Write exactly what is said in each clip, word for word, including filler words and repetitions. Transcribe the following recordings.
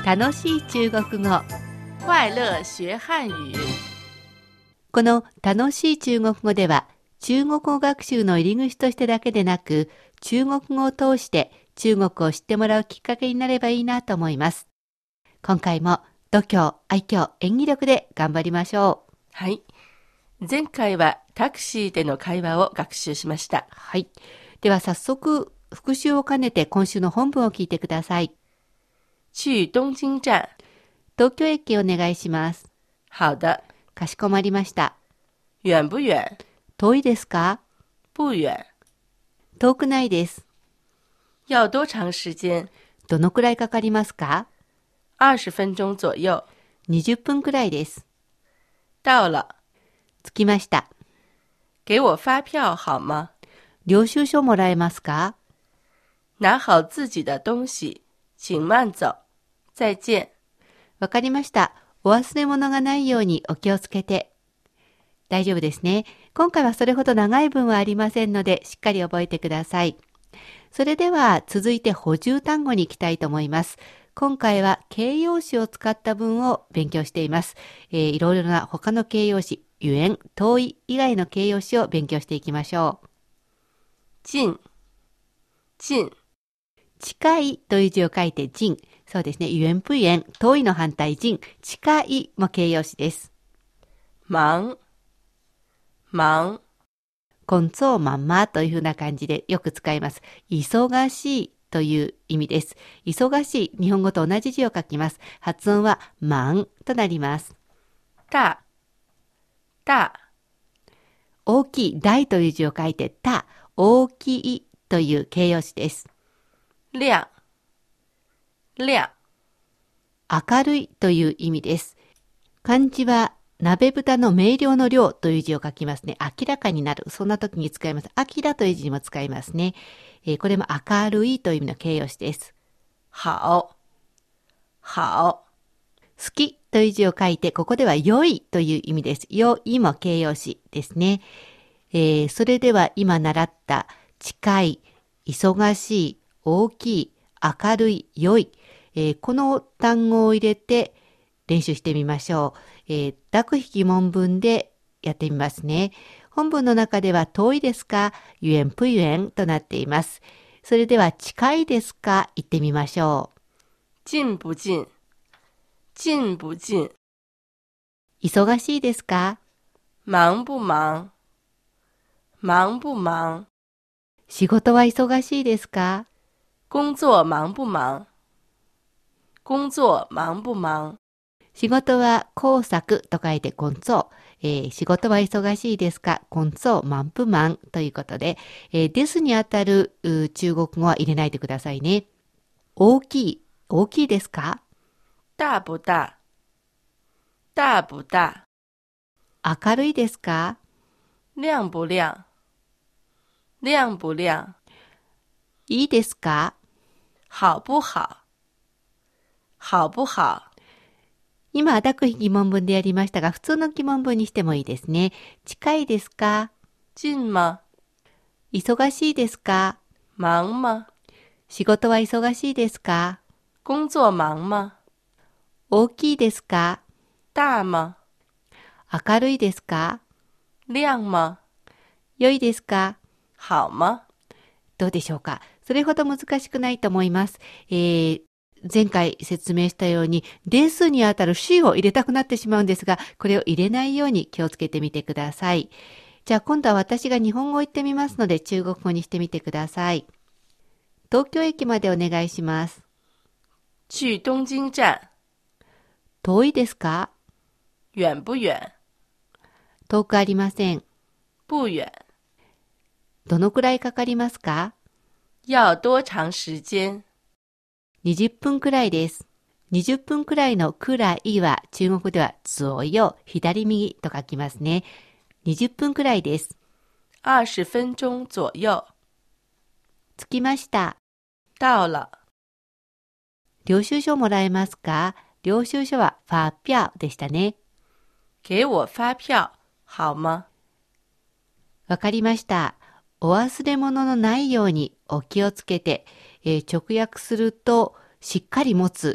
楽しい中国語。 快乐学汉语。 この楽しい中国語では、中国語学習の入り口としてだけでなく、中国語を通して中国を知ってもらうきっかけになればいいなと思います。今回も度胸、愛嬌、演技力で頑張りましょう。 はい。前回はタクシーでの会話を学習しました。 はい。では早速、復習を兼ねて今週の本文を聞いてください。 去東京站。 東京駅お願いします。 好的。 かしこまりました。 遠不遠？ 遠いですか？ 不遠。 遠くないです。 要多長時間？ どのくらいかかりますか？ 二十分鐘左右。 にじゅっぷんくらいです。 到了。 着きました。 給我發票好嗎？ 領収書もらえますか？ 拿好自己的東西。請慢走。再見。 わかりました。お忘れ物がないようにお気をつけて。大丈夫ですね。今回はそれほど長い文はありませんので、しっかり覚えてください。それでは続いて補充単語に行きたいと思います。今回は形容詞を使った文を勉強しています。えー、いろいろな他の形容詞、遠、遠い以外の形容詞を勉強していきましょう。 近、近。 近いという字を書いて近。そうですね。遠不遠、遠いの反対近。近いも形容詞です。 忙、忙。 コンツォーマンマというふうな感じでよく使います。忙しいという意味です。忙しい、日本語と同じ字を書きます。発音はマンとなります。 大、大。 大きい、大という字を書いてた、大きいという形容詞です。 亮、亮。 明るいという意味です。漢字は鍋蓋の明瞭の亮という字を書きますね。明らかになる。そんな時に使います。明らという字にも使いますね。えー、これも明るいという意味の形容詞です。 好、好。 好きという字を書いて、ここでは良いという意味です。良いも形容詞ですね。えー、それでは今習った近い、忙しい、大きい、明るい、良い、えー、この単語を入れて練習してみましょう。えー、濁筆疑問文でやってみますね。本文の中では遠いですか、遠不遠となっています。それでは近いですか言ってみましょう。 近不近？近不近？ 忙しいですか？ 忙不忙？忙不忙？ 仕事は忙しいですか？ 工作忙不忙？工作忙不忙？ 仕事は工作と書いて工作、えー、仕事は忙しいですか？工作忙不忙ということで、えー、ですにあたる中国語は入れないでくださいね。大きい、大きいですか？ 大不大？大不大？ 明るいですか？ 亮不亮？亮不亮？ いいですか？ 好不好？好不好？ 今、濁筆疑問文でやりましたが、普通の疑問文にしてもいいですね。近いですか？ 近吗？ 忙しいですか？ 忙吗？ 仕事は忙しいですか？ 工作忙吗？ 大きいですか？ 大吗？ 明るいですか？ 亮吗？ 良いですか？ 好吗？ どうでしょうか？それほど難しくないと思います。えー、前回説明したように、例数にあたる C を入れたくなってしまうんですが、これを入れないように気をつけてみてください。じゃあ今度は私が日本語を言ってみますので、中国語にしてみてください。東京駅までお願いします。 去東京站。 遠いですか？ 遠不遠？ 遠くありません。 不遠。 どのくらいかかりますか？ 要多長時間？ にじゅっぷんくらいです。にじゅっぷんくらいのくらいは中国語では左右、左右と書きますね。にじゅっぷんくらいです。 二十分鐘左右。 着きました。 到了。 領収書もらえますか？領収書はファーピャオでしたね。 給我發票好嗎？ わかりました。お忘れ物のないようにお気をつけて、えー、直訳するとしっかり持つ、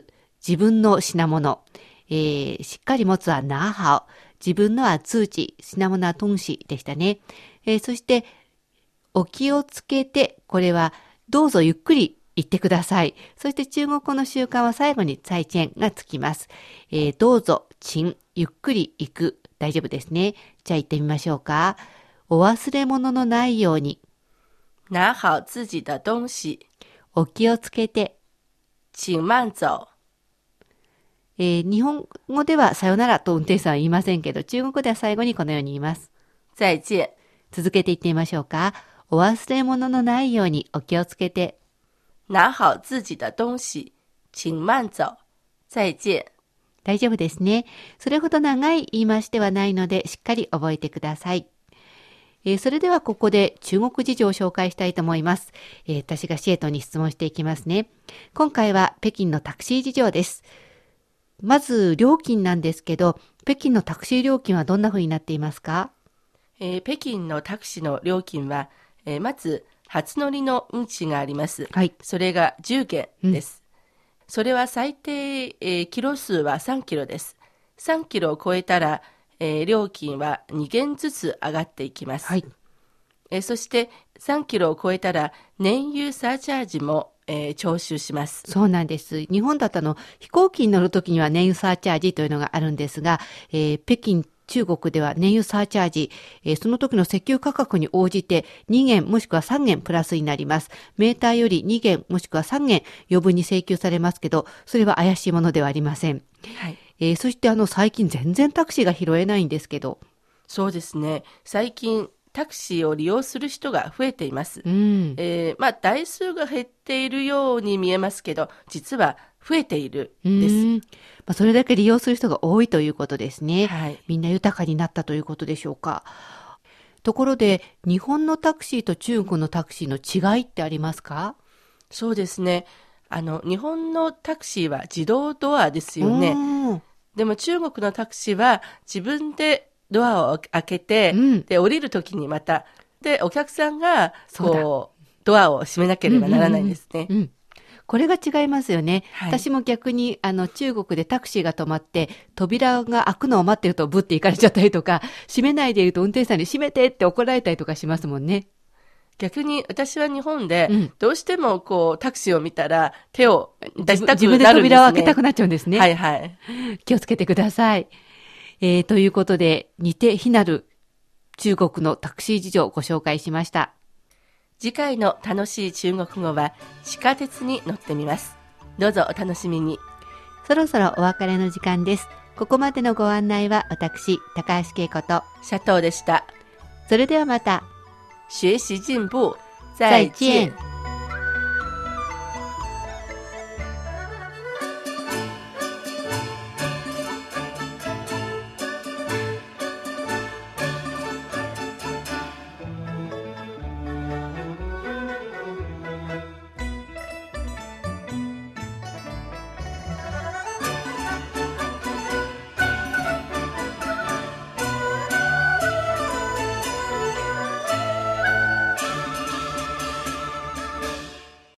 自分の品物。えー、しっかり持つは拿好。自分のは自己。品物は東西でしたね。えー、そして、お気をつけて、これはどうぞゆっくり言ってください。そして中国語の習慣は最後に再见がつきます。えー、どうぞ、請、ゆっくり行く。大丈夫ですね。じゃあ言ってみましょうか。お忘れ物のないように。 拿好自己的東西。 お気をつけて。 請慢走。 えー、日本語ではさよならと運転手さんは言いませんけど、中国語では最後にこのように言います。 再见。 続けて言ってみましょうか。お忘れ物のないようにお気をつけて。 拿好自己的東西。請慢走。再见。 大丈夫ですね。それほど長い言い回しではないので、しっかり覚えてください。えー、それではここで中国事情を紹介したいと思います。えー、私がシエトに質問していきますね。今回は北京のタクシー事情です。まず料金なんですけど、北京のタクシー料金はどんな風になっていますか？ えー、北京のタクシーの料金は、えー、まず初乗りの運賃があります。 はい。 それがじゅうげんです。 うん、 それは最低、えー、キロ数はさんキロです。さんキロを超えたら、えー、料金はにげんずつ上がっていきます。 はい。 えー、そしてさんキロを超えたら燃油サーチャージも、えー、徴収します。 そうなんです。日本だとの飛行機に乗るときには燃油サーチャージというのがあるんですが、えー、北京中国では燃油サーチャージ、えー、その時の石油価格に応じてにげんもしくはさんげんプラスになります。メーターよりにげんもしくはさんげん余分に請求されますけど、それは怪しいものではありません。 はい。 えー、そしてあの最近全然タクシーが拾えないんですけど。 そうですね。最近タクシーを利用する人が増えています。 うん、 えー、まあ台数が減っているように見えますけど、実は増えているです。 まあ、それだけ利用する人が多いということですね。 はい。 みんな豊かになったということでしょうか。ところで、日本のタクシーと中国のタクシーの違いってありますか？ そうですね。あの、日本のタクシーは自動ドアですよね。でも中国のタクシーは自分でドアを開けて、うん、で、降りるときにまた、で、お客さんが、こう、ドアを閉めなければならないんですね。 うんうんうん、これが違いますよね。 はい、 私も逆に、あの、中国でタクシーが止まって、扉が開くのを待ってるとブッて行かれちゃったりとか、閉めないでいると運転手さんに閉めてって怒られたりとかしますもんね。 逆に私は日本で、どうしてもこうタクシーを見たら手を出したくなるんですね。 自分で扉を開けたくなっちゃうんですね。 はいはい。 気をつけてください。えー、ということで、似て非なる中国のタクシー事情をご紹介しました。 次回の楽しい中国語は地下鉄に乗ってみます。どうぞお楽しみに。 そろそろお別れの時間です。ここまでのご案内は私、高橋恵子とシャトーでした。 それではまた。 学習進步，再見。